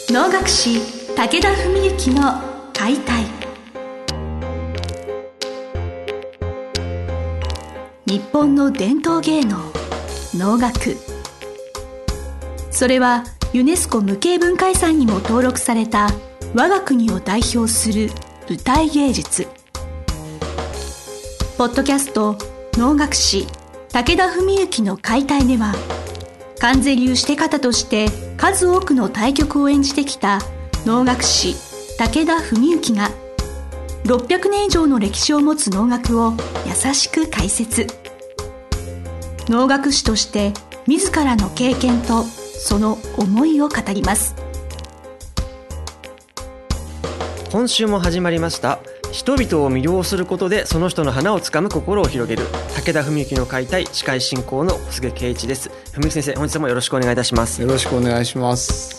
能楽師武田文幸の解体。日本の伝統芸能能楽、それはユネスコ無形文化遺産にも登録された我が国を代表する舞台芸術。ポッドキャスト能楽師武田文幸の解体では、観世流して方として数多くの大曲を演じてきた能楽師武田文幸が600年以上の歴史を持つ能楽を優しく解説。能楽師として自らの経験とその思いを語ります。 今週も始まりました人々を魅了することでその人の花をつかむ心を広げる武田文幸の解体、司会進行の小菅圭一です。文幸先生、本日もよろしくお願いいたします。 よろしくお願いします。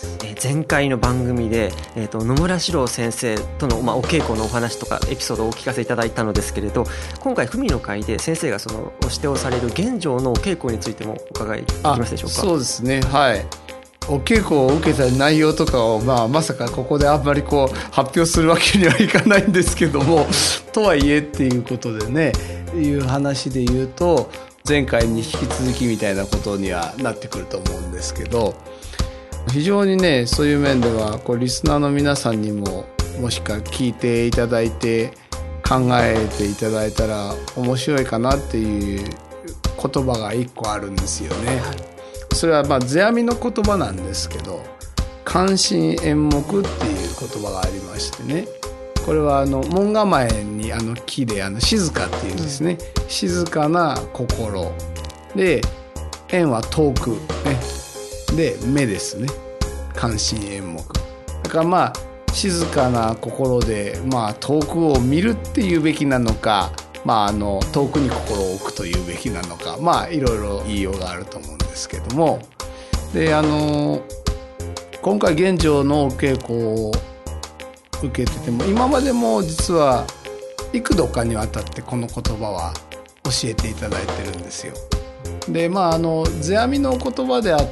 前回の番組で、野村史郎先生との、お稽古のお話とかエピソードをお聞かせいただいたのですけれど、今回文の会で先生がそのお指定をされる現状のお稽古についてもお伺いできますでしょうか。 そうですね、はい。お稽古を受けた内容とかを、まさかここであんまり発表するわけにはいかないんですけどもとはいえっていうことでね、いう話で言うと前回に引き続きみたいなことにはなってくると思うんですけど、非常にね、そういう面ではリスナーの皆さんにももしか聞いていただいて考えていただいたら面白いかなっていう言葉が一個あるんですよね。それは世阿弥の言葉なんですけど、関心演目っていう言葉がありましてね、これは門構えに木で静かっていうですね、静かな心で、縁は遠く、ね、で目ですね、関心演目だから静かな心で、遠くを見るっていうべきなのか、遠くに心を置くというべきなのか、いろいろ言いようがあると思うんですけども、で今回現状のお稽古を受けてても、今までも実は幾度かにわたってこの言葉は教えていただいてるんですよ。で世阿弥の言葉であって、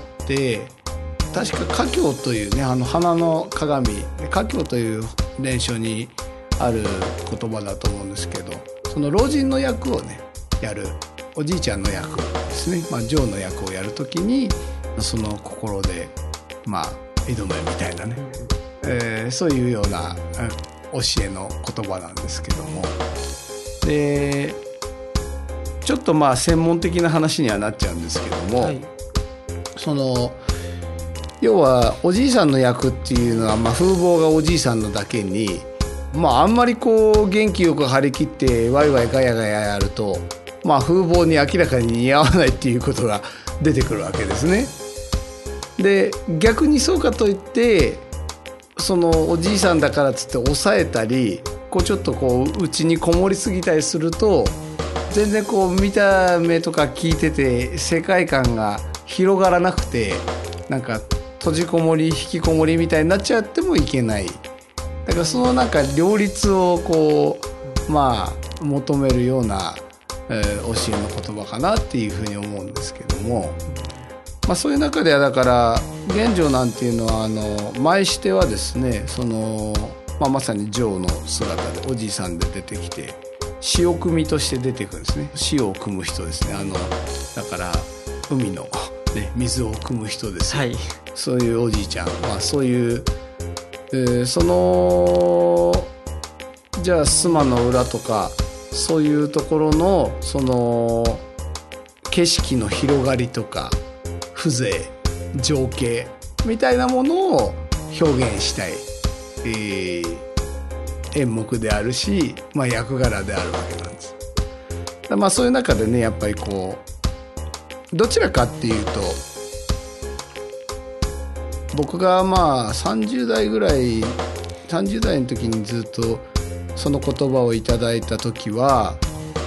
確か華経というね、花の鏡、華経という伝書にある言葉だと思うんですけど、その老人の役をねやるおじいちゃんの役ですね、嬢の役をやるときにその心で挑めみたいなね、そういうような教えの言葉なんですけども、でちょっと専門的な話にはなっちゃうんですけども、要はおじいさんの役っていうのは、風貌がおじいさんのだけに、あんまり元気よく張り切ってワイワイガヤガヤやると、風貌に明らかに似合わないっていうことが出てくるわけですね。で逆にそうかといってそのおじいさんだからっつって抑えたりちょっと内にこもりすぎたりすると、全然見た目とか聞いてて世界観が広がらなくて、なんか閉じこもり引きこもりみたいになっちゃってもいけない。だからその両立を求めるような、教えの言葉かなっていうふうに思うんですけども、そういう中ではだから玄奘なんていうのは前してはですね、まさに浄の姿でおじいさんで出てきて詩を組みとして出てくるんですね。詩を組む人ですね。だから海の、水を汲む人ですよ、はい、そういうおじいちゃん、そういう、じゃあ須磨の裏とかそういうところの景色の広がりとか風情情景みたいなものを表現したい、演目であるし、役柄であるわけなんです。そういう中でね、やっぱりどちらかっていうと、僕が30代ぐらい、30代の時にずっとその言葉をいただいた時は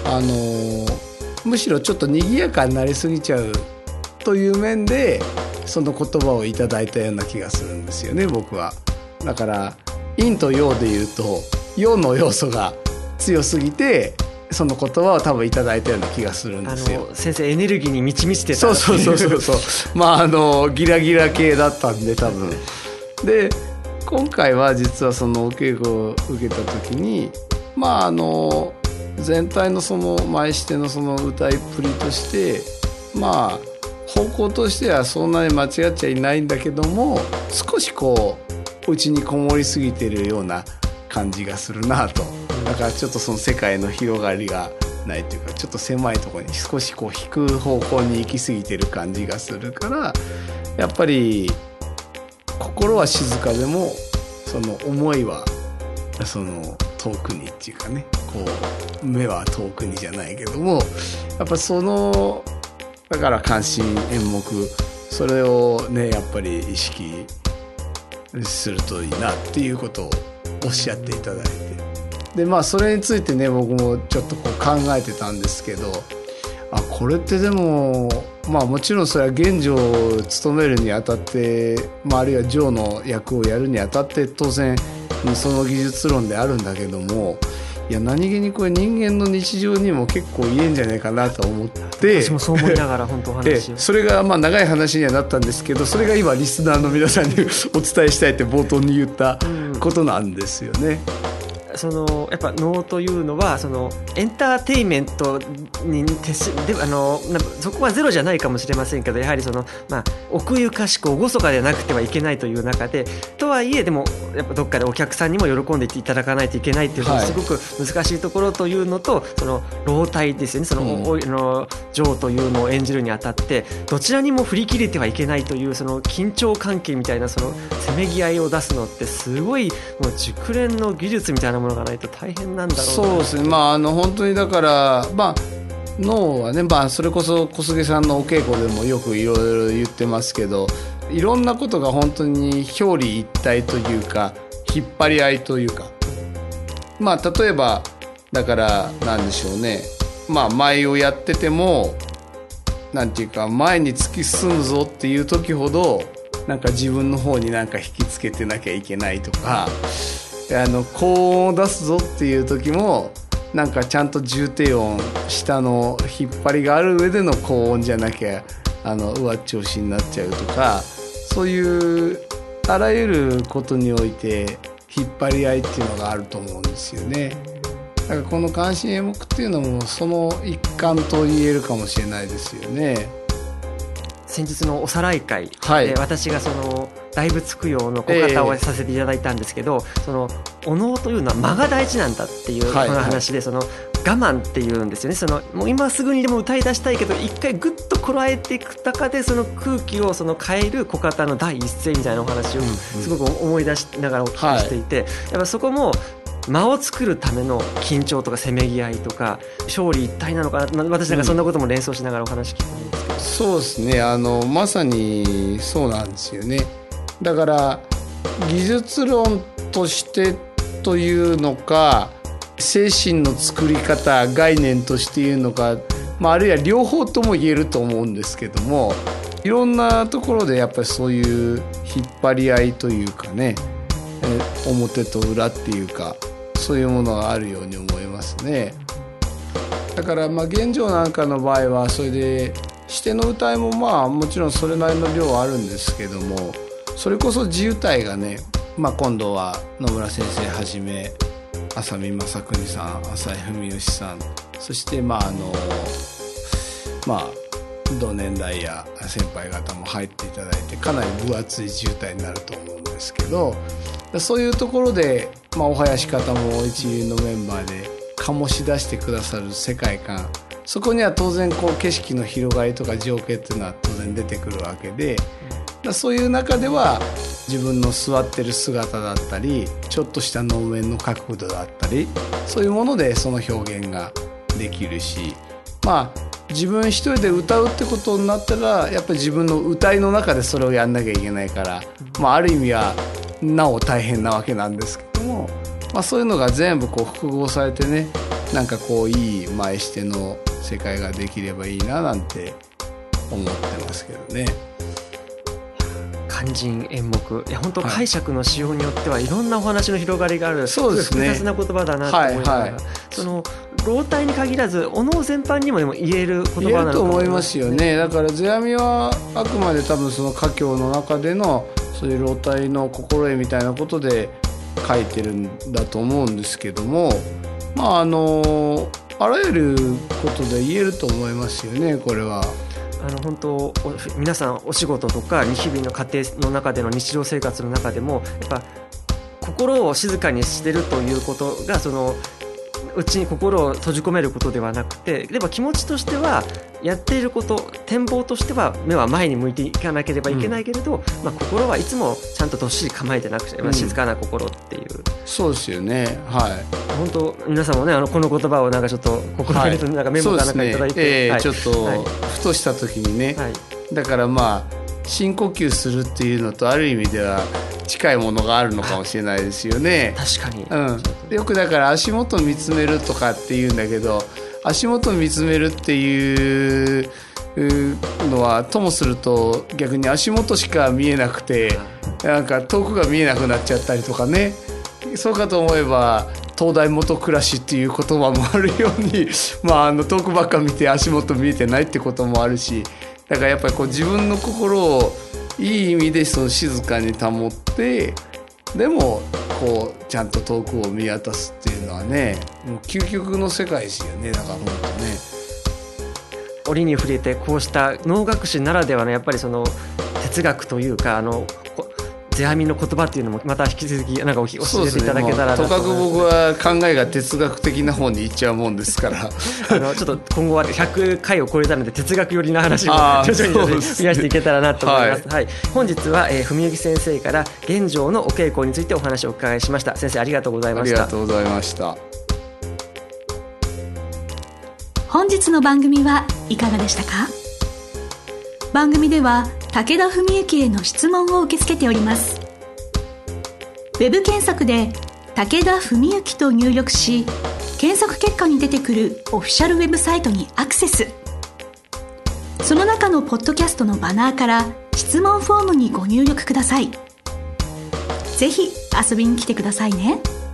むしろちょっと賑やかになりすぎちゃうという面でその言葉をいただいたような気がするんですよね、僕は。だから陰と陽でいうと陽の要素が強すぎてその言葉を多分いただいたような気がするんですよ。 先生エネルギーに満ち満ちてた。 そうギラギラ系だったんで多分で今回は実はそのお稽古を受けた時に全体のその前シテのその歌いっぷりとして方向としてはそんなに間違っちゃいないんだけども、少しこう内にこもりすぎてるような感じがするなと。だからちょっとその世界の広がりがないというか、ちょっと狭いところに少しこう引く方向に行き過ぎてる感じがするから、やっぱり心は静かでもその思いはその遠くにっていうかね、こう目は遠くにじゃないけども、やっぱそのだから関心演目、それをねやっぱり意識するといいなっていうことをおっしゃっていただいて、でそれについてね僕もちょっとこう考えてたんですけど、これってでももちろんそれは玄奘を務めるにあたって、あるいは浄の役をやるにあたって当然その技術論であるんだけども、いや何気にこれ人間の日常にも結構言えんじゃないかなと思って、 私もそう思いながら本当お話をそれが長い話にはなったんですけど、それが今リスナーの皆さんにお伝えしたいって冒頭に言ったことなんですよね。 そのやっぱ能というのはそのエンターテインメントに徹しでそこはゼロじゃないかもしれませんけど、やはりその、奥ゆかしく厳かでなくてはいけないという中で、とはいえでもやっぱどっかでお客さんにも喜んでいただかないといけないっていうのがすごく難しいところというのと、その老体ですよね、その情というのを演じるにあたってどちらにも振り切れてはいけないというその緊張関係みたいなそのせめぎ合いを出すのってすごいもう熟練の技術みたいなものがないと大変なんだろうな。 そうですね、本当にだから脳はね、それこそ小菅さんのお稽古でもよくいろいろ言ってますけど、いろんなことが本当に表裏一体というか引っ張り合いというか、例えばだからなんでしょうね、前をやっててもなんていうか前に突き進むぞっていう時ほどなんか自分の方になんか引きつけてなきゃいけないとか、高音を出すぞっていう時もなんかちゃんと重低音下の引っ張りがある上での高音じゃなきゃ上っ調子になっちゃうとか、そういうあらゆることにおいて引っ張り合いっていうのがあると思うんですよね。だからこの関心演目っていうのもその一環と言えるかもしれないですよね。 先日のおさらい会はいで私がその大仏供養の小方をさせていただいたんですけど、そのお能というのは間が大事なんだっていうこの話で、その我慢っていうんですよね。そのもう今すぐにでも歌い出したいけど一回ぐっとこらえていく中でその空気をその変える小方の第一声みたいなお話をすごく思い出しながらお聞きしていて、やっぱそこも間を作るための緊張とかせめぎ合いとか表裏一体なのかな、私なんかそんなことも連想しながらお話聞いたんですけど、 そうですね、まさにそうなんですよね。だから技術論としてというのか精神の作り方概念としていうのか、あるいは両方とも言えると思うんですけども、いろんなところでやっぱりそういう引っ張り合いというかね、表と裏っていうかそういうものがあるように思いますね。だから玄奘なんかの場合はそれでシテの歌いももちろんそれなりの量あるんですけども、それこそ地歌いがね、今度は野村先生はじめ浅見正邦さん、浅井文義さん、そして同年代や先輩方も入っていただいてかなり分厚い地歌いになると思うんですけど、そういうところで、お囃子方も一流のメンバーで醸し出してくださる世界観、そこには当然こう景色の広がりとか情景っていうのは当然出てくるわけで、そういう中では自分の座ってる姿だったりちょっとした能面の角度だったり、そういうものでその表現ができるし、自分一人で歌うってことになったらやっぱり自分の歌いの中でそれをやんなきゃいけないから、ある意味はなお大変なわけなんですけども、そういうのが全部こう複合されてね、なんかこういい前しての世界ができればいいななんて思ってますけどね。 肝心演目、いや本当解釈の仕様によってはいろんなお話の広がりがある、 そうですね、 複雑な言葉だなと思いながら、その老体に限らずお能全般にもでも言える言葉なのかと思いますよね。だから世阿弥はあくまで多分その華僑の中でのそういう老体の心得みたいなことで書いてるんだと思うんですけども、あらゆることで言えると思いますよね、これは。 本当皆さんお仕事とか日々の家庭の中での日常生活の中でもやっぱ心を静かにしてるということがうちに心を閉じ込めることではなくて、でも気持ちとしてはやっていること展望としては目は前に向いていかなければいけないけれど、心はいつもちゃんとどっしり構えてなくちゃ、静かな心っていう。 そうですよね。はい。 本当皆さんもねこの言葉をなんかちょっと心になんかメモかなんかいただいて、 ちょっとふとした時にね、だから深呼吸するっていうのとある意味では近いものがあるのかもしれないですよね。 確かに、よくだから足元見つめるとかっていうんだけど、足元見つめるっていうのはともすると逆に足元しか見えなくてなんか遠くが見えなくなっちゃったりとかね。そうかと思えば灯台下暮らしっていう言葉もあるように遠くばっか見て足元見えてないってこともあるし、だからやっぱり自分の心をいい意味で静かに保ってでもちゃんと遠くを見渡すっていうのはね、もう究極の世界ですよね。だから本当ね、 折に触れてこうした能楽師ならではのやっぱり哲学というか世阿弥の言葉っていうのもまた引き続きなんか教えていただけたらなと思います。 とかく僕は考えが哲学的な方に行っちゃうもんですからちょっと今後は100回を超えたので哲学寄りの話を徐々に増やしていけたらなと思います。本日は文幸先生から玄奘のお稽古についてお話をお伺いしました。先生ありがとうございました。 ありがとうございました。 本日の番組はいかがでしたか？番組では武田文幸への質問を受け付けております。ウェブ検索で武田文幸と入力し、検索結果に出てくるオフィシャルウェブサイトにアクセス。その中のポッドキャストのバナーから質問フォームにご入力ください。ぜひ遊びに来てくださいね。